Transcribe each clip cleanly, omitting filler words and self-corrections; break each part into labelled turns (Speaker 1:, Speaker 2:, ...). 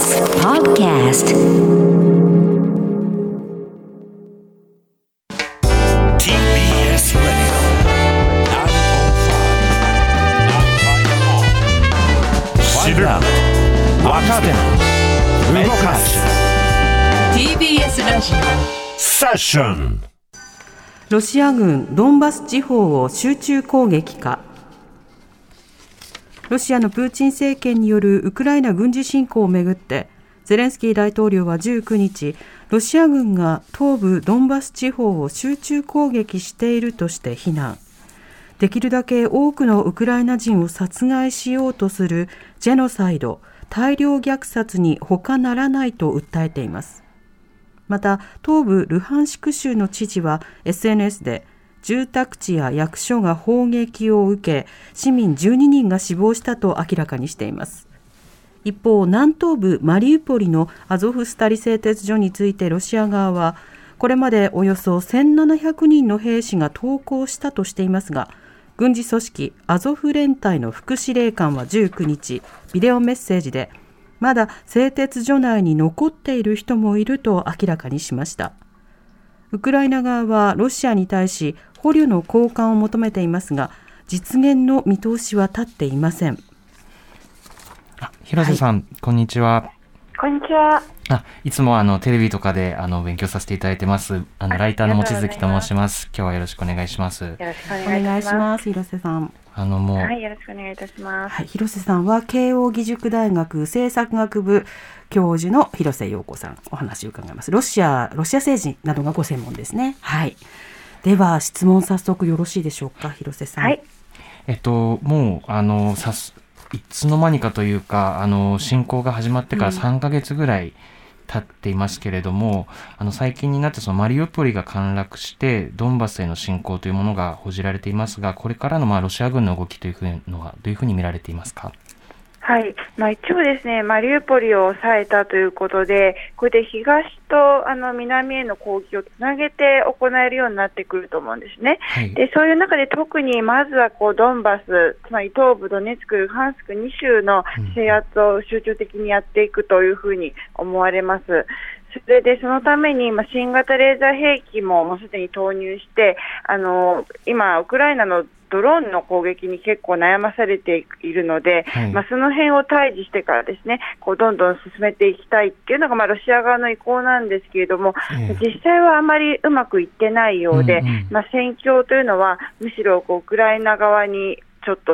Speaker 1: TBS Podcast
Speaker 2: TBS Radio 905 知る若手動かす
Speaker 1: TBS ラジ
Speaker 2: オセッション。
Speaker 3: ロシア軍ドンバス地方を集中攻撃か。ロシアのプーチン政権によるウクライナ軍事侵攻をめぐってゼレンスキー大統領は19日、ロシア軍が東部ドンバス地方を集中攻撃しているとして非難。できるだけ多くのウクライナ人を殺害しようとするジェノサイド、大量虐殺に他ならないと訴えています。また東部ルハンシク州の知事は SNS で住宅地や役所が砲撃を受け、市民12人が死亡したと明らかにしています。一方、南東部マリウポリのアゾフスタリ製鉄所についてロシア側は、これまでおよそ1700人の兵士が投降したとしていますが、軍事組織アゾフ連隊の副司令官は19日、ビデオメッセージで、まだ製鉄所内に残っている人もいると明らかにしました。ウクライナ側はロシアに対し捕虜の交換を求めていますが、実現の見通しは立っていません。
Speaker 4: 広瀬さん、こんにちは。
Speaker 5: こんにちは。
Speaker 4: いつもテレビとかで勉強させていただいてます。ライターの望月と申します。今日はよろしくお願いします。よ
Speaker 5: ろしくお願いします。
Speaker 3: 広瀬さん。
Speaker 5: はい、よろしくお願いいたします。
Speaker 3: はい、広瀬さんは慶應義塾大学政策学部教授の広瀬陽子さん、お話を伺います。ロシア政治などがご専門ですね。はい。では質問早速よろしいでしょうか、広瀬さん。
Speaker 5: はい。
Speaker 4: もういつの間にかというか侵攻が始まってから3ヶ月ぐらい経っていますけれども、最近になってそのマリウポリが陥落してドンバスへの侵攻というものが報じられていますが、これからのロシア軍の動きというのはどういうふうに見られていますか？
Speaker 5: はい、一応ですね、マリウポリを抑えたということで、これで東と南への攻撃をつなげて行えるようになってくると思うんですね。はい、でそういう中で特にまずはドンバス、つまり東部ドネツク、ルハンスク2州の制圧を集中的にやっていくというふうに思われます。それでそのために新型レーザー兵器もすでに投入して、今ウクライナのドローンの攻撃に結構悩まされているので、はい、その辺を対峙してからですね、どんどん進めていきたいっていうのがロシア側の意向なんですけれども、実際はあまりうまくいってないようで、戦況というのはむしろウクライナ側にちょっと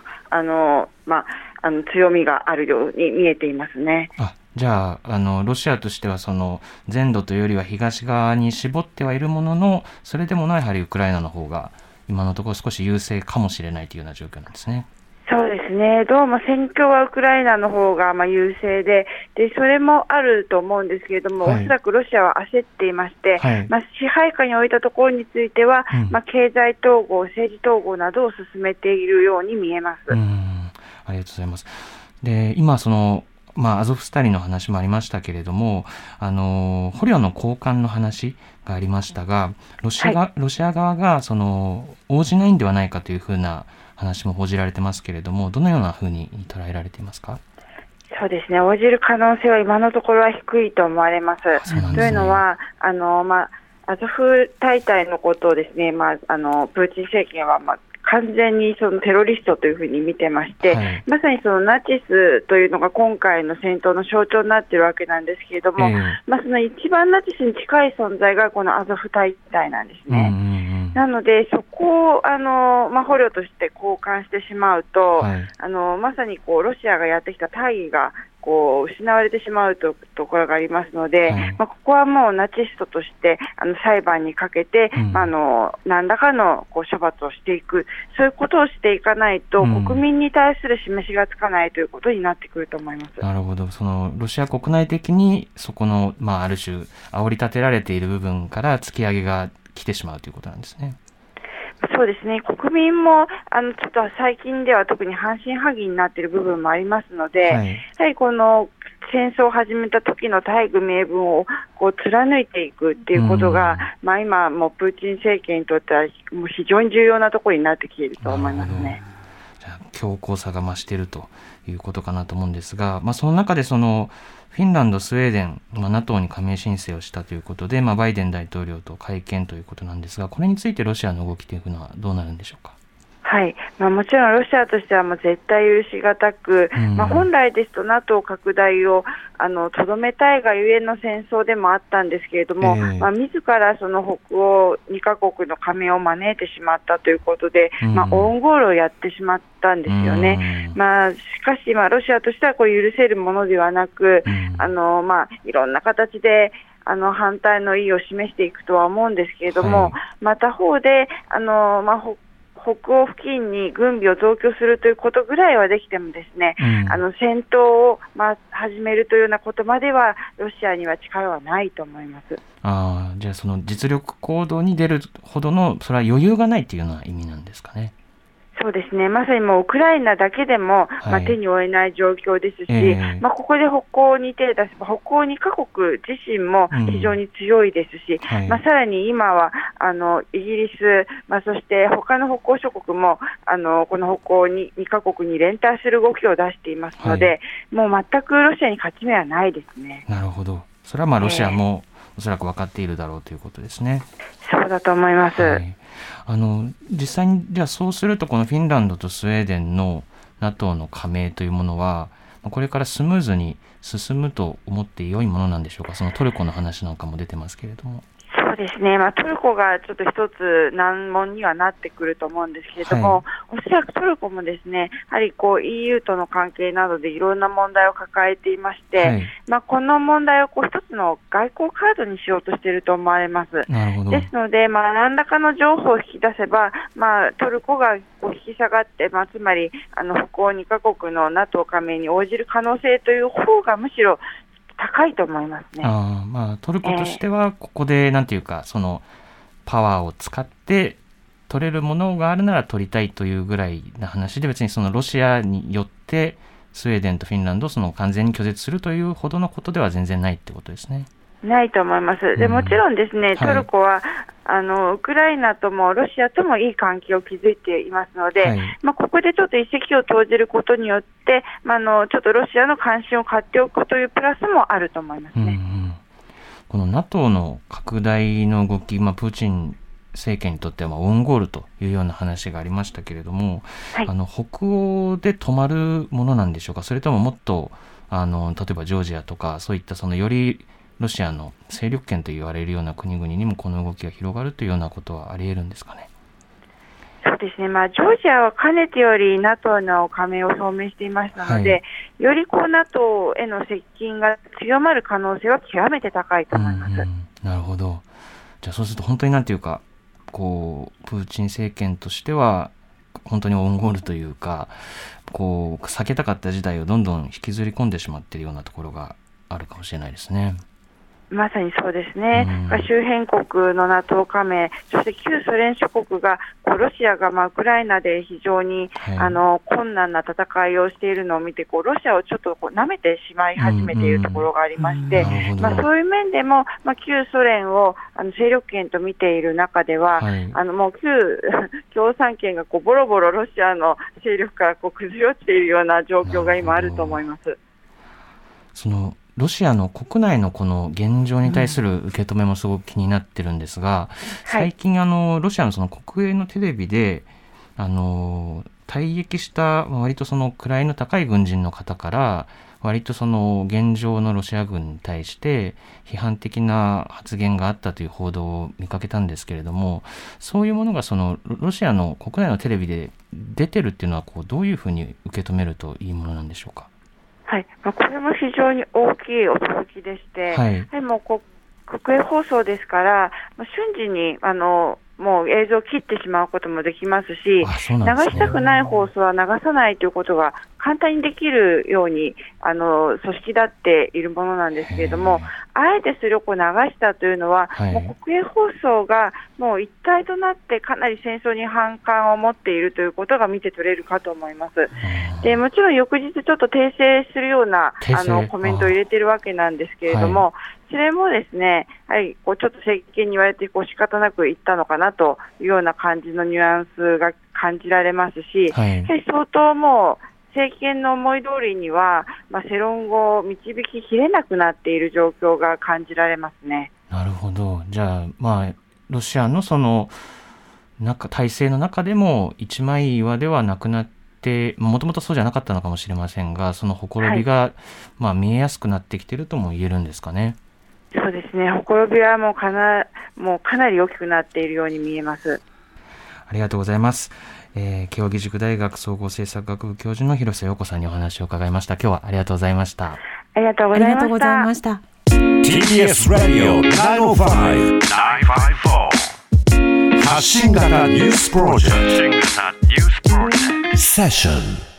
Speaker 5: 強みがあるように見えていますね。
Speaker 4: じゃあ、ロシアとしては全土というよりは東側に絞ってはいるものの、それでもやはりウクライナの方が今のところ少し優勢かもしれないというような状況なんですね。
Speaker 5: そうですね、どうも戦況はウクライナの方が優勢で、それもあると思うんですけれども、おそらくロシアは焦っていまして、支配下に置いたところについては、経済統合、政治統合などを進めているように見えます。
Speaker 4: ありがとうございます。で、今アゾフスタリの話もありましたけれども、捕虜の交換の話がありましたが、ロシア側が応じないんではないかというふうな話も報じられてますけれども、どのようなふうに捉えられていますか？
Speaker 5: そうですね、応じる可能性は今のところは低いと思われます。というのはアゾフ大隊のことをですね、プーチン政権は完全にテロリストというふうに見てまして、まさにナチスというのが今回の戦闘の象徴になっているわけなんですけれども、その一番ナチスに近い存在がこのアゾフ大隊なんですね。なのでそこを捕虜として交換してしまうと、まさにロシアがやってきた大義が失われてしまうところがありますので、ここはもうナチストとして裁判にかけて、何らかの処罰をしていく、そういうことをしていかないと、国民に対する示しがつかないということになってくると思います。
Speaker 4: なるほど。ロシア国内的にそこの、ある種煽り立てられている部分から突き上げが来てしまうということなんですね。
Speaker 5: そうですね、国民もちょっと最近では特に半信半疑になっている部分もありますので、やはりこの戦争を始めた時の大義名分を貫いていくっていうことが、今もうプーチン政権にとってはもう非常に重要なところになってきていると思いますね。
Speaker 4: じゃあ強硬さが増しているということかなと思うんですが、その中でそのフィンランド、スウェーデン、NATO に加盟申請をしたということで、バイデン大統領と会見ということなんですが、これについてロシアの動きというのはどうなるんでしょうか。
Speaker 5: はい、もちろんロシアとしてはもう絶対許しがたく、本来ですと NATO 拡大をとどめたいがゆえの戦争でもあったんですけれども、自らその北欧2カ国の加盟を招いてしまったということで、オウンゴールをやってしまったんですよね。しかし、ロシアとしてはこれ許せるものではなく、いろんな形で反対の意を示していくとは思うんですけれども、他方で北欧付近に軍備を増強するということぐらいはできてもですね、戦闘を始めるというようなことまではロシアには力はないと思います。
Speaker 4: じゃあその実力行動に出るほどのそれは余裕がないというような意味なんですかね。
Speaker 5: そうですね、まさにもうウクライナだけでも、手に負えない状況ですし、ここで北欧に手を出せば北欧2カ国自身も非常に強いですし、さらに今はイギリス、そして他の北欧諸国もこの北欧2カ国に連帯する動きを出していますので、もう全くロシアに勝ち目はないですね。
Speaker 4: なるほど、それはロシアもおそらく分かっているだろうということですね。
Speaker 5: そうだと思います。
Speaker 4: 実際にじゃあそうするとこのフィンランドとスウェーデンの NATO の加盟というものはこれからスムーズに進むと思って良いものなんでしょうか。そのトルコの話なんかも出てますけれども。
Speaker 5: そうですね、トルコがちょっと一つ難問にはなってくると思うんですけれども、おそらくトルコもですね、やはりEU との関係などでいろんな問題を抱えていまして、この問題を一つの外交カードにしようとしていると思われます。ですので、何らかの情報を引き出せば、トルコが引き下がって、つまり北欧2カ国の NATO 加盟に応じる可能性という方がむしろ高いと思いますね。
Speaker 4: トルコとしてはここでなんていうかそのパワーを使って取れるものがあるなら取りたいというぐらいな話で、別にそのロシアによってスウェーデンとフィンランドをその完全に拒絶するというほどのことでは全然ないってことですね。
Speaker 5: ないと思います。でもちろんですね、トルコはウクライナともロシアともいい関係を築いていますので、ここでちょっと一石を投じることによって、ちょっとロシアの関心を買っておくというプラスもあると思いますね。
Speaker 4: この NATO の拡大の動き、プーチン政権にとってはオウンゴールというような話がありましたけれども、北欧で止まるものなんでしょうか。それとももっと例えばジョージアとかそういったそのよりロシアの勢力圏と言われるような国々にもこの動きが広がるというようなことはあり得るんですかね。
Speaker 5: そうですね、ジョージアはかねてより NATO の加盟を表明していましたので、よりNATO への接近が強まる可能性は極めて高いと思います。
Speaker 4: なるほど。じゃあそうすると本当になんていうかプーチン政権としては本当にオウンゴールというか避けたかった事態をどんどん引きずり込んでしまっているようなところがあるかもしれないですね。
Speaker 5: まさにそうですね。周辺国の NATO 加盟、そして旧ソ連諸国がロシアがウクライナで非常に、困難な戦いをしているのを見てロシアをちょっと舐めてしまい始めているところがありまして、そういう面でも、旧ソ連を勢力圏と見ている中では、もう旧共産圏がボロボロロシアの勢力から崩れ落ちているような状況が今あると思います。
Speaker 4: そのロシアの国内のこの現状に対する受け止めもすごく気になってるんですが、最近ロシアのその国営のテレビで退役した割とその位の高い軍人の方から割とその現状のロシア軍に対して批判的な発言があったという報道を見かけたんですけれども、そういうものがそのロシアの国内のテレビで出てるっていうのはどういうふうに受け止めるといいものなんでしょうか。
Speaker 5: これも非常に大きい驚きでして、もう国営放送ですから瞬時にもう映像を切ってしまうこともできますし、流したくない放送は流さないということが簡単にできるように組織立っているものなんですけれども、あえてそれを流したというのは、もう国営放送がもう一体となってかなり戦争に反感を持っているということが見て取れるかと思います。でもちろん翌日ちょっと訂正するようなコメントを入れているわけなんですけれども、それもですね、ちょっと政権に言われて仕方なく言ったのかなというような感じのニュアンスが感じられますし、相当もう政権の思い通りには、世論を導ききれなくなっている状況が感じられますね。
Speaker 4: なるほど。じゃあ、ロシアのその体制の中でも一枚岩ではなくなって、もともとそうじゃなかったのかもしれませんが、そのほころびが、見えやすくなってきているとも言えるんですかね。
Speaker 5: そうですね。ほころびはもうかなり大きくなっているように見えます。
Speaker 4: ありがとうございます。慶應義塾大学総合政策学部教授の広瀬陽子さんにお話を伺いました。今日はありがとうございました。
Speaker 5: ありがとうございました。
Speaker 2: TBS Radio 905-954発信型ニュースプロジェクトセッション